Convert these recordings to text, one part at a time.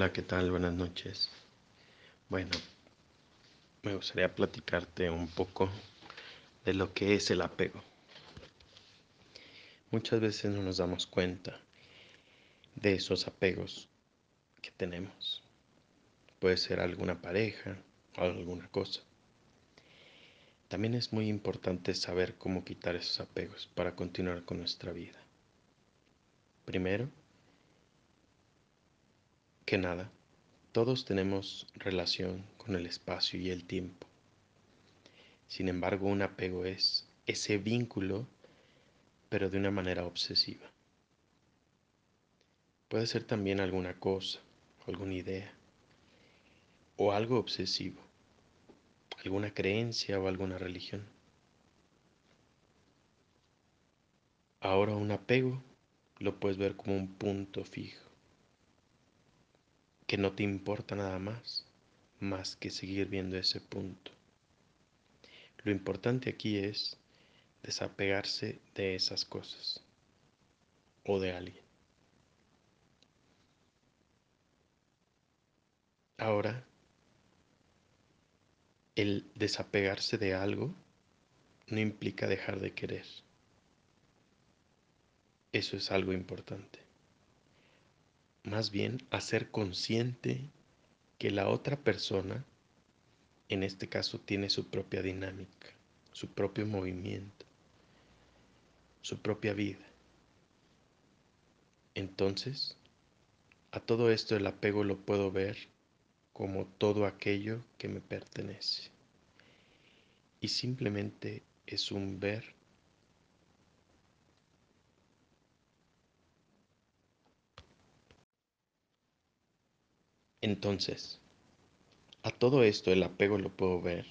Hola, ¿qué tal? Buenas noches. Bueno, me gustaría platicarte un poco de lo que es el apego. Muchas veces no nos damos cuenta de esos apegos que tenemos. Puede ser alguna pareja o alguna cosa. También es muy importante saber cómo quitar esos apegos para continuar con nuestra vida. Primero que nada, todos tenemos relación con el espacio y el tiempo. Sin embargo, un apego es ese vínculo, pero de una manera obsesiva. Puede ser también alguna cosa, alguna idea, o algo obsesivo, alguna creencia o alguna religión. Ahora un apego lo puedes ver como un punto fijo, que no te importa nada más que seguir viendo ese punto. Lo importante aquí es desapegarse de esas cosas o de alguien. Ahora, el desapegarse de algo no implica dejar de querer. Eso es algo importante. Más bien, hacer consciente que la otra persona, en este caso, tiene su propia dinámica, su propio movimiento, su propia vida. Entonces, a todo esto el apego lo puedo ver como todo aquello que me pertenece. Y simplemente es un ver. Entonces, a todo esto el apego lo puedo ver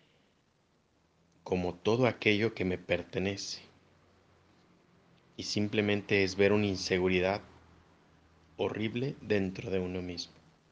como todo aquello que me pertenece. Y simplemente es ver una inseguridad horrible dentro de uno mismo.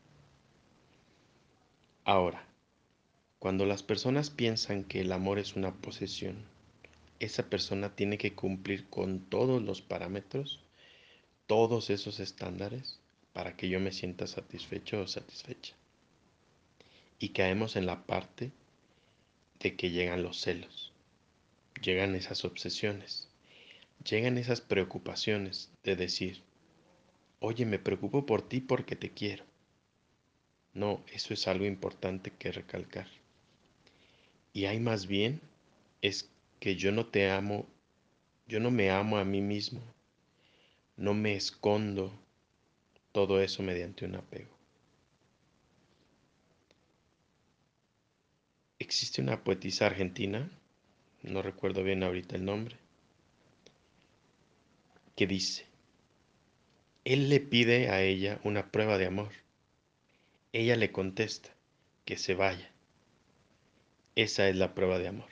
Ahora, cuando las personas piensan que el amor es una posesión, esa persona tiene que cumplir con todos los parámetros, todos esos estándares, para que yo me sienta satisfecho o satisfecha. Y caemos en la parte de que llegan los celos, llegan esas obsesiones, llegan esas preocupaciones de decir, oye, me preocupo por ti porque te quiero. No, eso es algo importante que recalcar. Y hay más bien es que yo no te amo, yo no me amo a mí mismo, no me escondo todo eso mediante un apego. Existe una poetisa argentina, no recuerdo bien ahorita el nombre, que dice, él le pide a ella una prueba de amor. Ella le contesta que se vaya. Esa es la prueba de amor.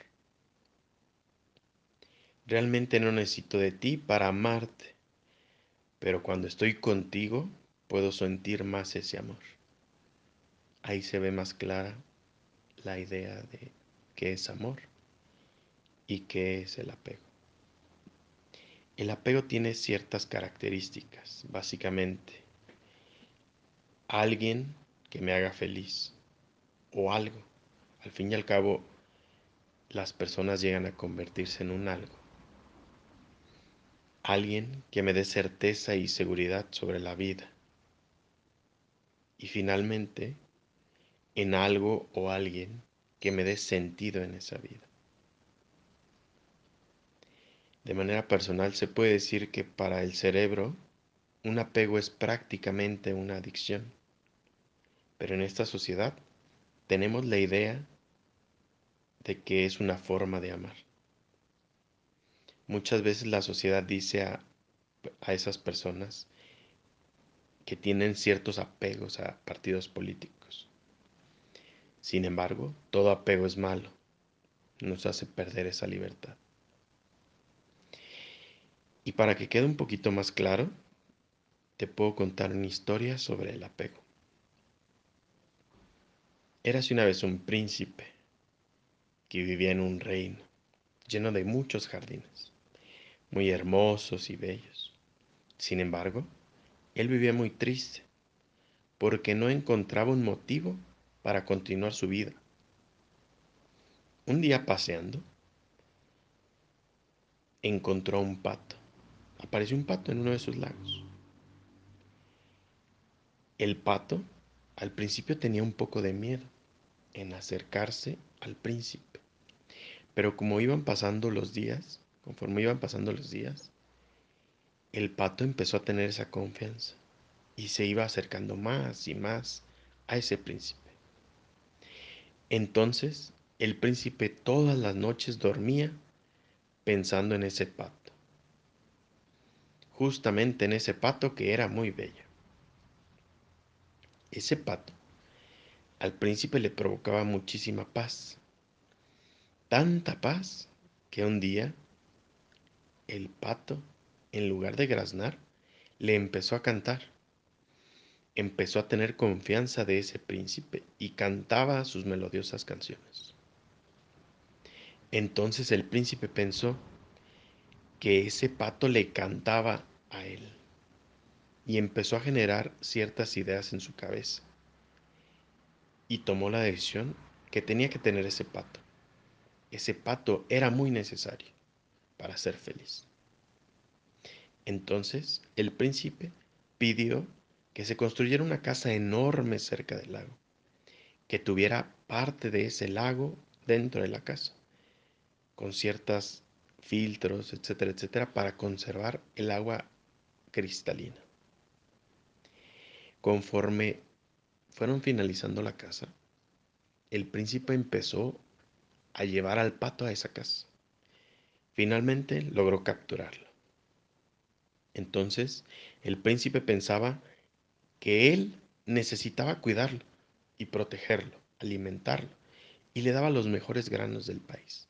Realmente no necesito de ti para amarte, pero cuando estoy contigo puedo sentir más ese amor. Ahí se ve más clara la idea de qué es amor y qué es el apego. El apego tiene ciertas características, básicamente. Alguien que me haga feliz o algo. Al fin y al cabo, las personas llegan a convertirse en un algo. Alguien que me dé certeza y seguridad sobre la vida. Y finalmente, en algo o alguien que me dé sentido en esa vida. De manera personal, se puede decir que para el cerebro, un apego es prácticamente una adicción. Pero en esta sociedad tenemos la idea de que es una forma de amar. Muchas veces la sociedad dice a esas personas que tienen ciertos apegos a partidos políticos. Sin embargo, todo apego es malo, nos hace perder esa libertad. Y para que quede un poquito más claro, te puedo contar una historia sobre el apego. Érase una vez un príncipe que vivía en un reino lleno de muchos jardines, muy hermosos y bellos. Sin embargo, él vivía muy triste porque no encontraba un motivo para continuar su vida. Un día paseando, encontró a un pato. Apareció un pato en uno de sus lagos. El pato al principio tenía un poco de miedo en acercarse al príncipe, pero como iban pasando los días, conforme iban pasando los días, el pato empezó a tener esa confianza y se iba acercando más y más a ese príncipe. Entonces, el príncipe todas las noches dormía pensando en ese pato, justamente en ese pato que era muy bello. Ese pato al príncipe le provocaba muchísima paz, tanta paz que un día el pato, en lugar de graznar, le empezó a cantar. Empezó a tener confianza de ese príncipe y cantaba sus melodiosas canciones. Entonces el príncipe pensó que ese pato le cantaba a él y empezó a generar ciertas ideas en su cabeza y tomó la decisión que tenía que tener ese pato. Ese pato era muy necesario para ser feliz. Entonces el príncipe pidió que se construyera una casa enorme cerca del lago, que tuviera parte de ese lago dentro de la casa, con ciertos filtros, etcétera, etcétera, para conservar el agua cristalina. Conforme fueron finalizando la casa, el príncipe empezó a llevar al pato a esa casa. Finalmente logró capturarlo. Entonces el príncipe pensaba que él necesitaba cuidarlo y protegerlo, alimentarlo, y le daba los mejores granos del país.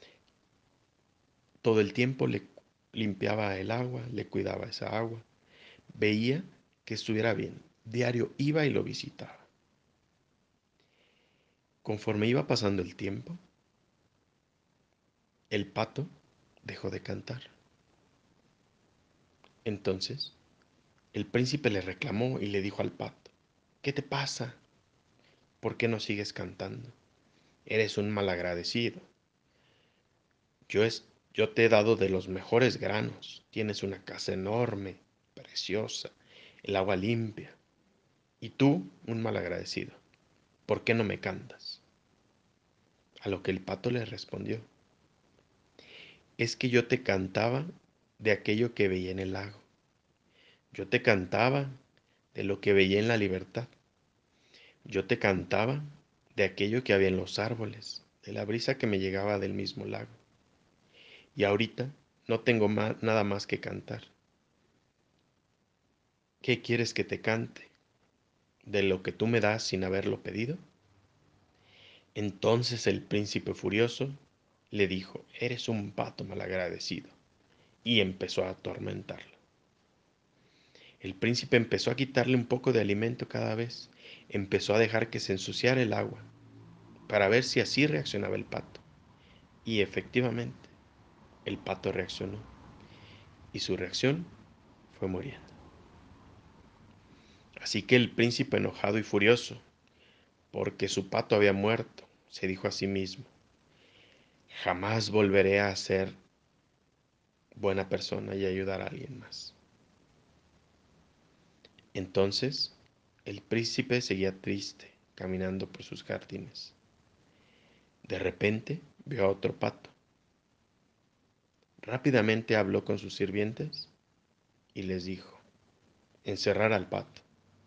Todo el tiempo le limpiaba el agua, le cuidaba esa agua, veía que estuviera bien. Diario iba y lo visitaba. Conforme iba pasando el tiempo, el pato dejó de cantar. Entonces, el príncipe le reclamó y le dijo al pato, ¿qué te pasa? ¿Por qué no sigues cantando? Eres un malagradecido. Yo, yo te he dado de los mejores granos. Tienes una casa enorme, preciosa, el agua limpia. Y tú, un malagradecido, ¿por qué no me cantas? A lo que el pato le respondió, es que yo te cantaba de aquello que veía en el lago. Yo te cantaba de lo que veía en la libertad. Yo te cantaba de aquello que había en los árboles, de la brisa que me llegaba del mismo lago. Y ahorita no tengo nada más que cantar. ¿Qué quieres que te cante? ¿De lo que tú me das sin haberlo pedido? Entonces el príncipe furioso le dijo, eres un pato malagradecido, y empezó a atormentarlo. El príncipe empezó a quitarle un poco de alimento cada vez, empezó a dejar que se ensuciara el agua, para ver si así reaccionaba el pato. Y efectivamente, el pato reaccionó, y su reacción fue muriendo. Así que el príncipe, enojado y furioso, porque su pato había muerto, se dijo a sí mismo, jamás volveré a ser buena persona y ayudar a alguien más. Entonces, el príncipe seguía triste, caminando por sus jardines. De repente, vio a otro pato. Rápidamente habló con sus sirvientes y les dijo, encerrar al pato.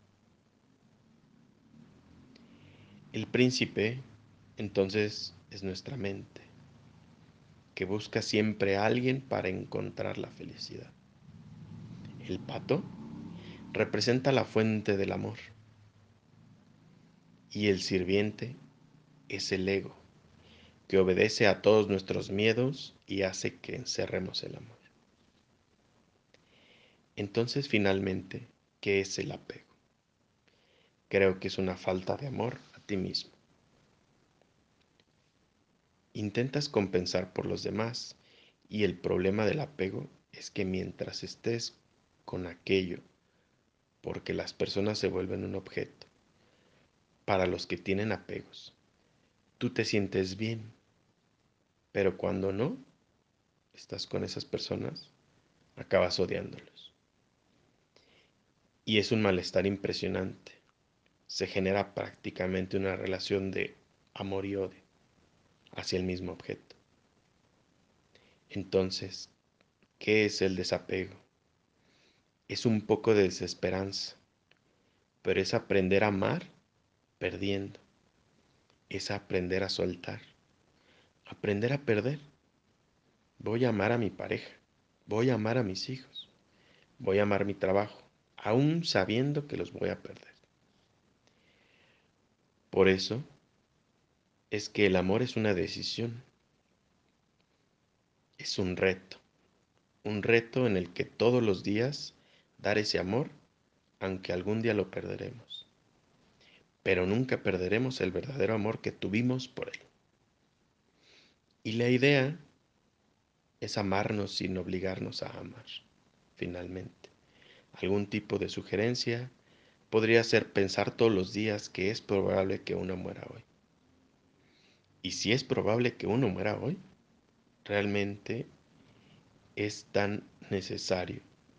El príncipe, entonces, es nuestra mente, que busca siempre a alguien para encontrar la felicidad. El pato representa la fuente del amor y el sirviente es el ego, que obedece a todos nuestros miedos y hace que encerremos el amor. Entonces, finalmente, ¿qué es el apego? Creo que es una falta de amor a ti mismo. Intentas compensar por los demás y el problema del apego es que mientras estés con aquello porque las personas se vuelven un objeto para los que tienen apegos. Tú te sientes bien, pero cuando no estás con esas personas, acabas odiándolos. Y es un malestar impresionante. Se genera prácticamente una relación de amor y odio hacia el mismo objeto. Entonces, ¿qué es el desapego? Es un poco de desesperanza, pero es aprender a amar perdiendo, es aprender a soltar, aprender a perder. Voy a amar a mi pareja, voy a amar a mis hijos, voy a amar mi trabajo, aún sabiendo que los voy a perder. Por eso es que el amor es una decisión, es un reto en el que todos los días dar ese amor, aunque algún día lo perderemos, pero nunca perderemos el verdadero amor que tuvimos por él. Y la idea es amarnos sin obligarnos a amar, finalmente. Algún tipo de sugerencia podría ser pensar todos los días que es probable que uno muera hoy. Y si es probable que uno muera hoy, realmente es tan necesario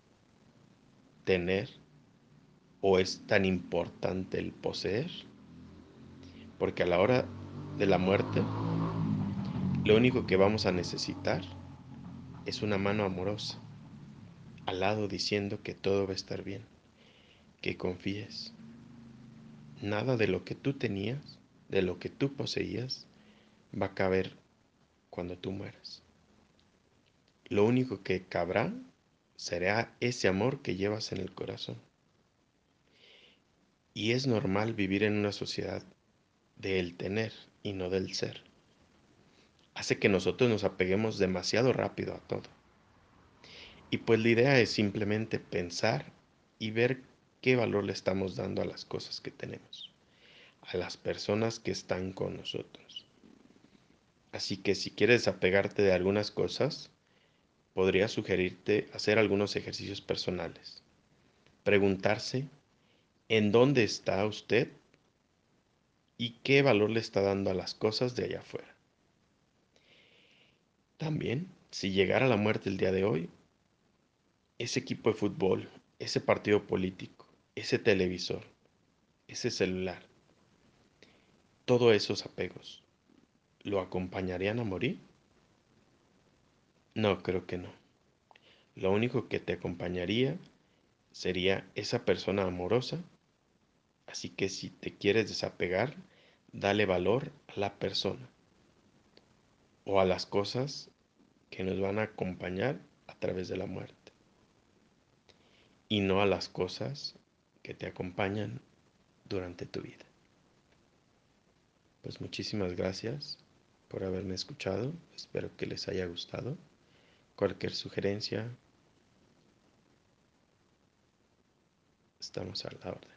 tener o es tan importante el poseer, porque a la hora de la muerte, lo único que vamos a necesitar es una mano amorosa, al lado diciendo que todo va a estar bien, que confíes. Nada de lo que tú tenías, de lo que tú poseías, va a caber cuando tú mueras. Lo único que cabrá será ese amor que llevas en el corazón. Y es normal vivir en una sociedad del tener y no del ser. Hace que nosotros nos apeguemos demasiado rápido a todo. Y pues la idea es simplemente pensar y ver qué valor le estamos dando a las cosas que tenemos, a las personas que están con nosotros. Así que si quieres desapegarte de algunas cosas, podría sugerirte hacer algunos ejercicios personales. Preguntarse en dónde está usted y qué valor le está dando a las cosas de allá afuera. También, si llegara la muerte el día de hoy, ese equipo de fútbol, ese partido político, ese televisor, ese celular, todos esos apegos, ¿lo acompañarían a morir? No, creo que no. Lo único que te acompañaría sería esa persona amorosa. Así que si te quieres desapegar, dale valor a la persona o a las cosas que nos van a acompañar a través de la muerte y no a las cosas que te acompañan durante tu vida. Pues muchísimas gracias por haberme escuchado. Espero que les haya gustado. Cualquier sugerencia, estamos a la orden.